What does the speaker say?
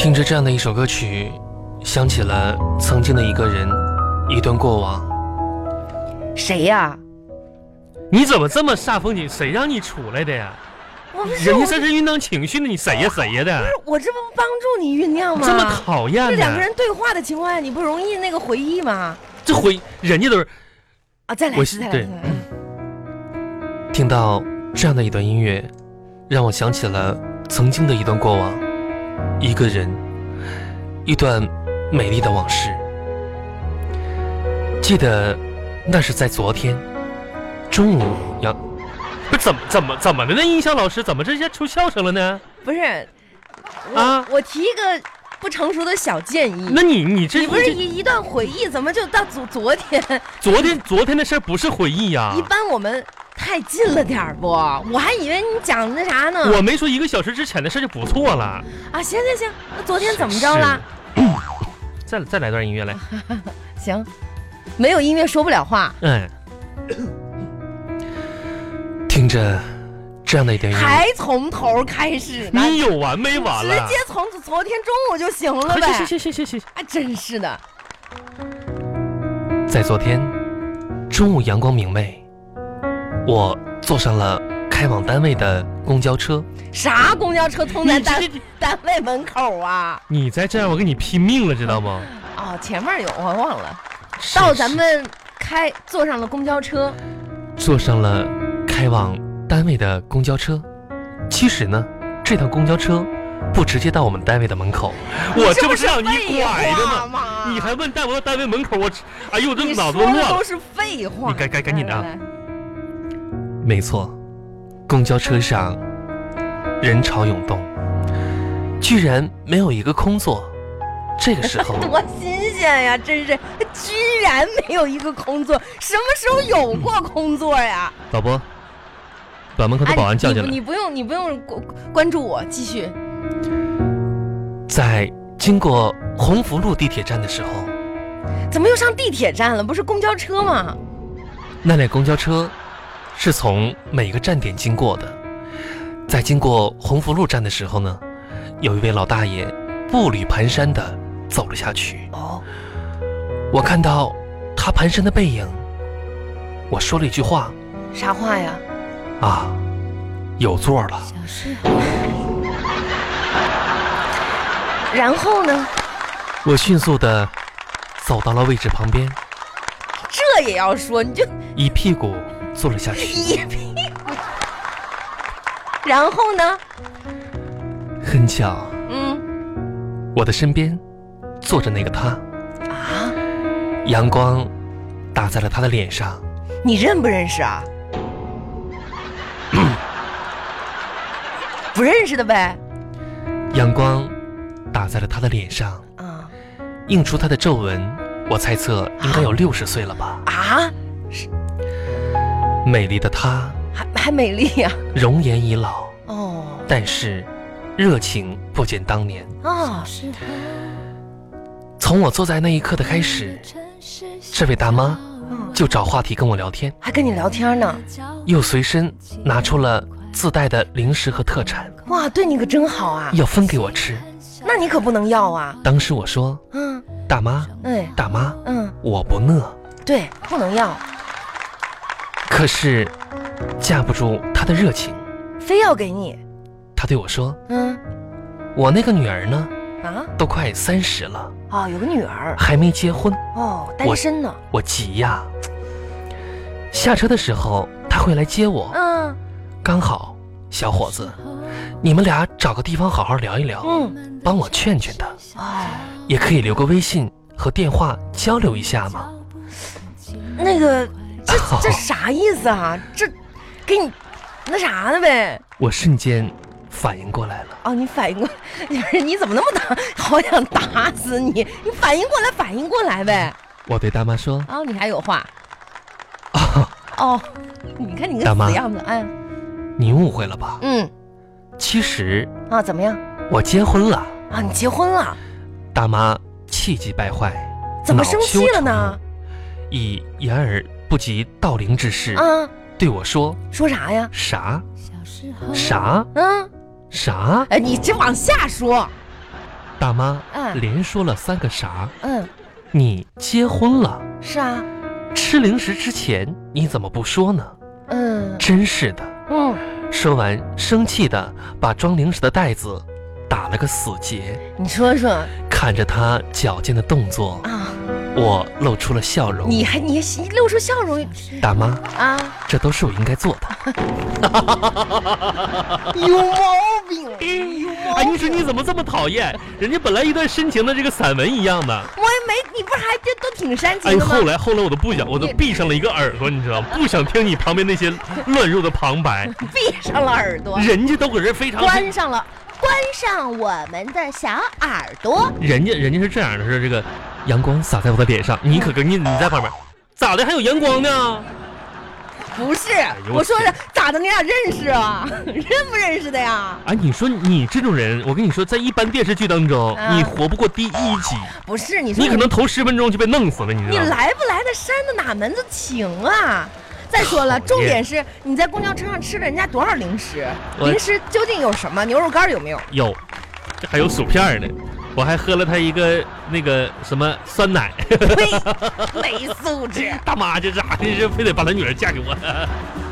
听着这样的一首歌曲，想起了曾经的一个人，一段过往。 谁呀？ 你怎么这么煞风景？谁让你出来的呀？ 我不是， 人家这是酝酿情绪呢，你谁呀谁呀的？ 不是我这不帮助你酝酿吗？ 这么讨厌呢？ 这两个人对话的情况下，你不容易那个回忆吗？ 这人家都是啊，再来一次，再来一次。 听到这样的一段音乐，让我想起了曾经的一段过往，一个人，一段美丽的往事。记得那是在昨天中午呀，不是怎么的呢？音响老师怎么这些出笑声了呢？ 不是啊， 我提一个不成熟的小建议。 那你这不是一段回忆，怎么就到昨天？ 昨天的事不是回忆呀。 一般我们太近了点不？我还以为你讲那啥呢。 我没说1个小时之前的事就不错了。 啊，行，那昨天怎么着了？ 再来段音乐来。 行，没有音乐说不了话。 听着这样的一段音乐， 还从头开始呢？ 你有完没完了？ 直接从昨天中午就行了呗。 行， 哎，真是的。 在昨天中午阳光明媚，我坐上了开往单位的公交车。 啥公交车通在单位门口啊？ 你再这样我跟你拼命了，知道吗？ 哦，前面有我忘了。到咱们坐上了公交车， 坐上了开往单位的公交车。其实呢，这趟公交车不直接到我们单位的门口，我这不是让你拐的吗？你还问带我到单位门口，哎呦，我这脑子乱了。 你说的都是废话。 你赶紧的。没错，公交车上人潮涌动，居然没有一个空座。这个时候多新鲜呀！真是，居然没有一个空座，什么时候有过空座呀？ 导播，把门口的保安叫进来。 你不用关注我，继续。 在经过鸿福路地铁站的时候， 怎么又上地铁站了？不是公交车吗？ 那辆公交车是从每个站点经过的。在经过鸿福路站的时候呢，有一位老大爷步履蹒跚地走了下去。我看到他蹒跚的背影，我说了一句话。 啥话呀？ 啊，有座了。 然后呢？ 我迅速地走到了位置旁边。 这也要说？你就一屁股坐了下去。 一屁股。然后呢？ 很巧，我的身边坐着那个他啊， 阳光打在了他的脸上。 你认不认识啊？不认识的呗。 阳光打在了他的脸上，映出他的皱纹，我猜测应该有60岁了吧。 啊， 美丽的她还美丽呀， 容颜已老哦， 但是热情不减当年啊。 从我坐在那一刻的开始，这位大妈就找话题跟我聊天， 还跟你聊天呢， 又随身拿出了自带的零食和特产。 哇，对你可真好啊， 要分给我吃。 那你可不能要啊。 当时我说，大妈，大妈，我不饿。 对，不能要。 可是架不住她的热情， 非要给你。 她对我说，我那个女儿呢，都快30了。 有个女儿还没结婚。 单身呢。 我急呀。下车的时候她会来接我。刚好，小伙子，你们俩找个地方好好聊一聊，帮我劝劝他。也可以留个微信和电话交流一下吗？ 那个，这啥意思啊？这给你那啥的呗。我瞬间反应过来了。 你反应过来，你怎么那么打？好想打死你！你反应过来呗。 我对大妈说。 你还有话？你看你个死样子， 你误会了吧？其实怎么样？ 我结婚了。 你结婚了？ 大妈气急败坏。 怎么生气了呢？ 以言而不及盗铃之势对我说。 说啥呀？ 啥？哎， 你这往下说。 大妈嗯连说了3个啥？ 嗯， 你结婚了， 是啊， 吃零食之前你怎么不说呢？ 嗯真是的。 嗯， 说完，生气的把装零食的袋子打了个死结。 你说说看着他矫健的动作， 啊， 我露出了笑容。 你露出笑容大妈， 啊， 这都是我应该做的。 有毛病，有毛哎， 病。 你说你怎么这么讨厌？人家本来一段深情的这个散文一样的。 我也没，你不是还这都挺煽哎， 情的吗？ 后来我都不想，我都闭上了一个耳朵，你知道吗？不想听你旁边那些乱入的旁白。 闭上了耳朵， 人家都搁这非常， 关上了，关上我们的小耳朵。 人家是这样的，是这个阳光洒在我的脸上，你可跟你在旁边，咋的还有阳光呢？ 不是， 呦我说的咋的？你俩认识啊？认不认识的呀？ 哎，你说你这种人，我跟你说，在一般电视剧当中， 啊你活不过第1集， 不是，你说你可能头10分钟就被弄死了，你知你道吗？ 来不来的山的哪门子情啊？再说了， 讨厌重点是你在公交车上吃了人家多少零食？ 我零食究竟有什么？牛肉干有没有？ 有，这还有薯片呢，我还喝了他一个那个什么酸奶。 呸，没素质。 大妈这咋的？这非得把他女儿嫁给我？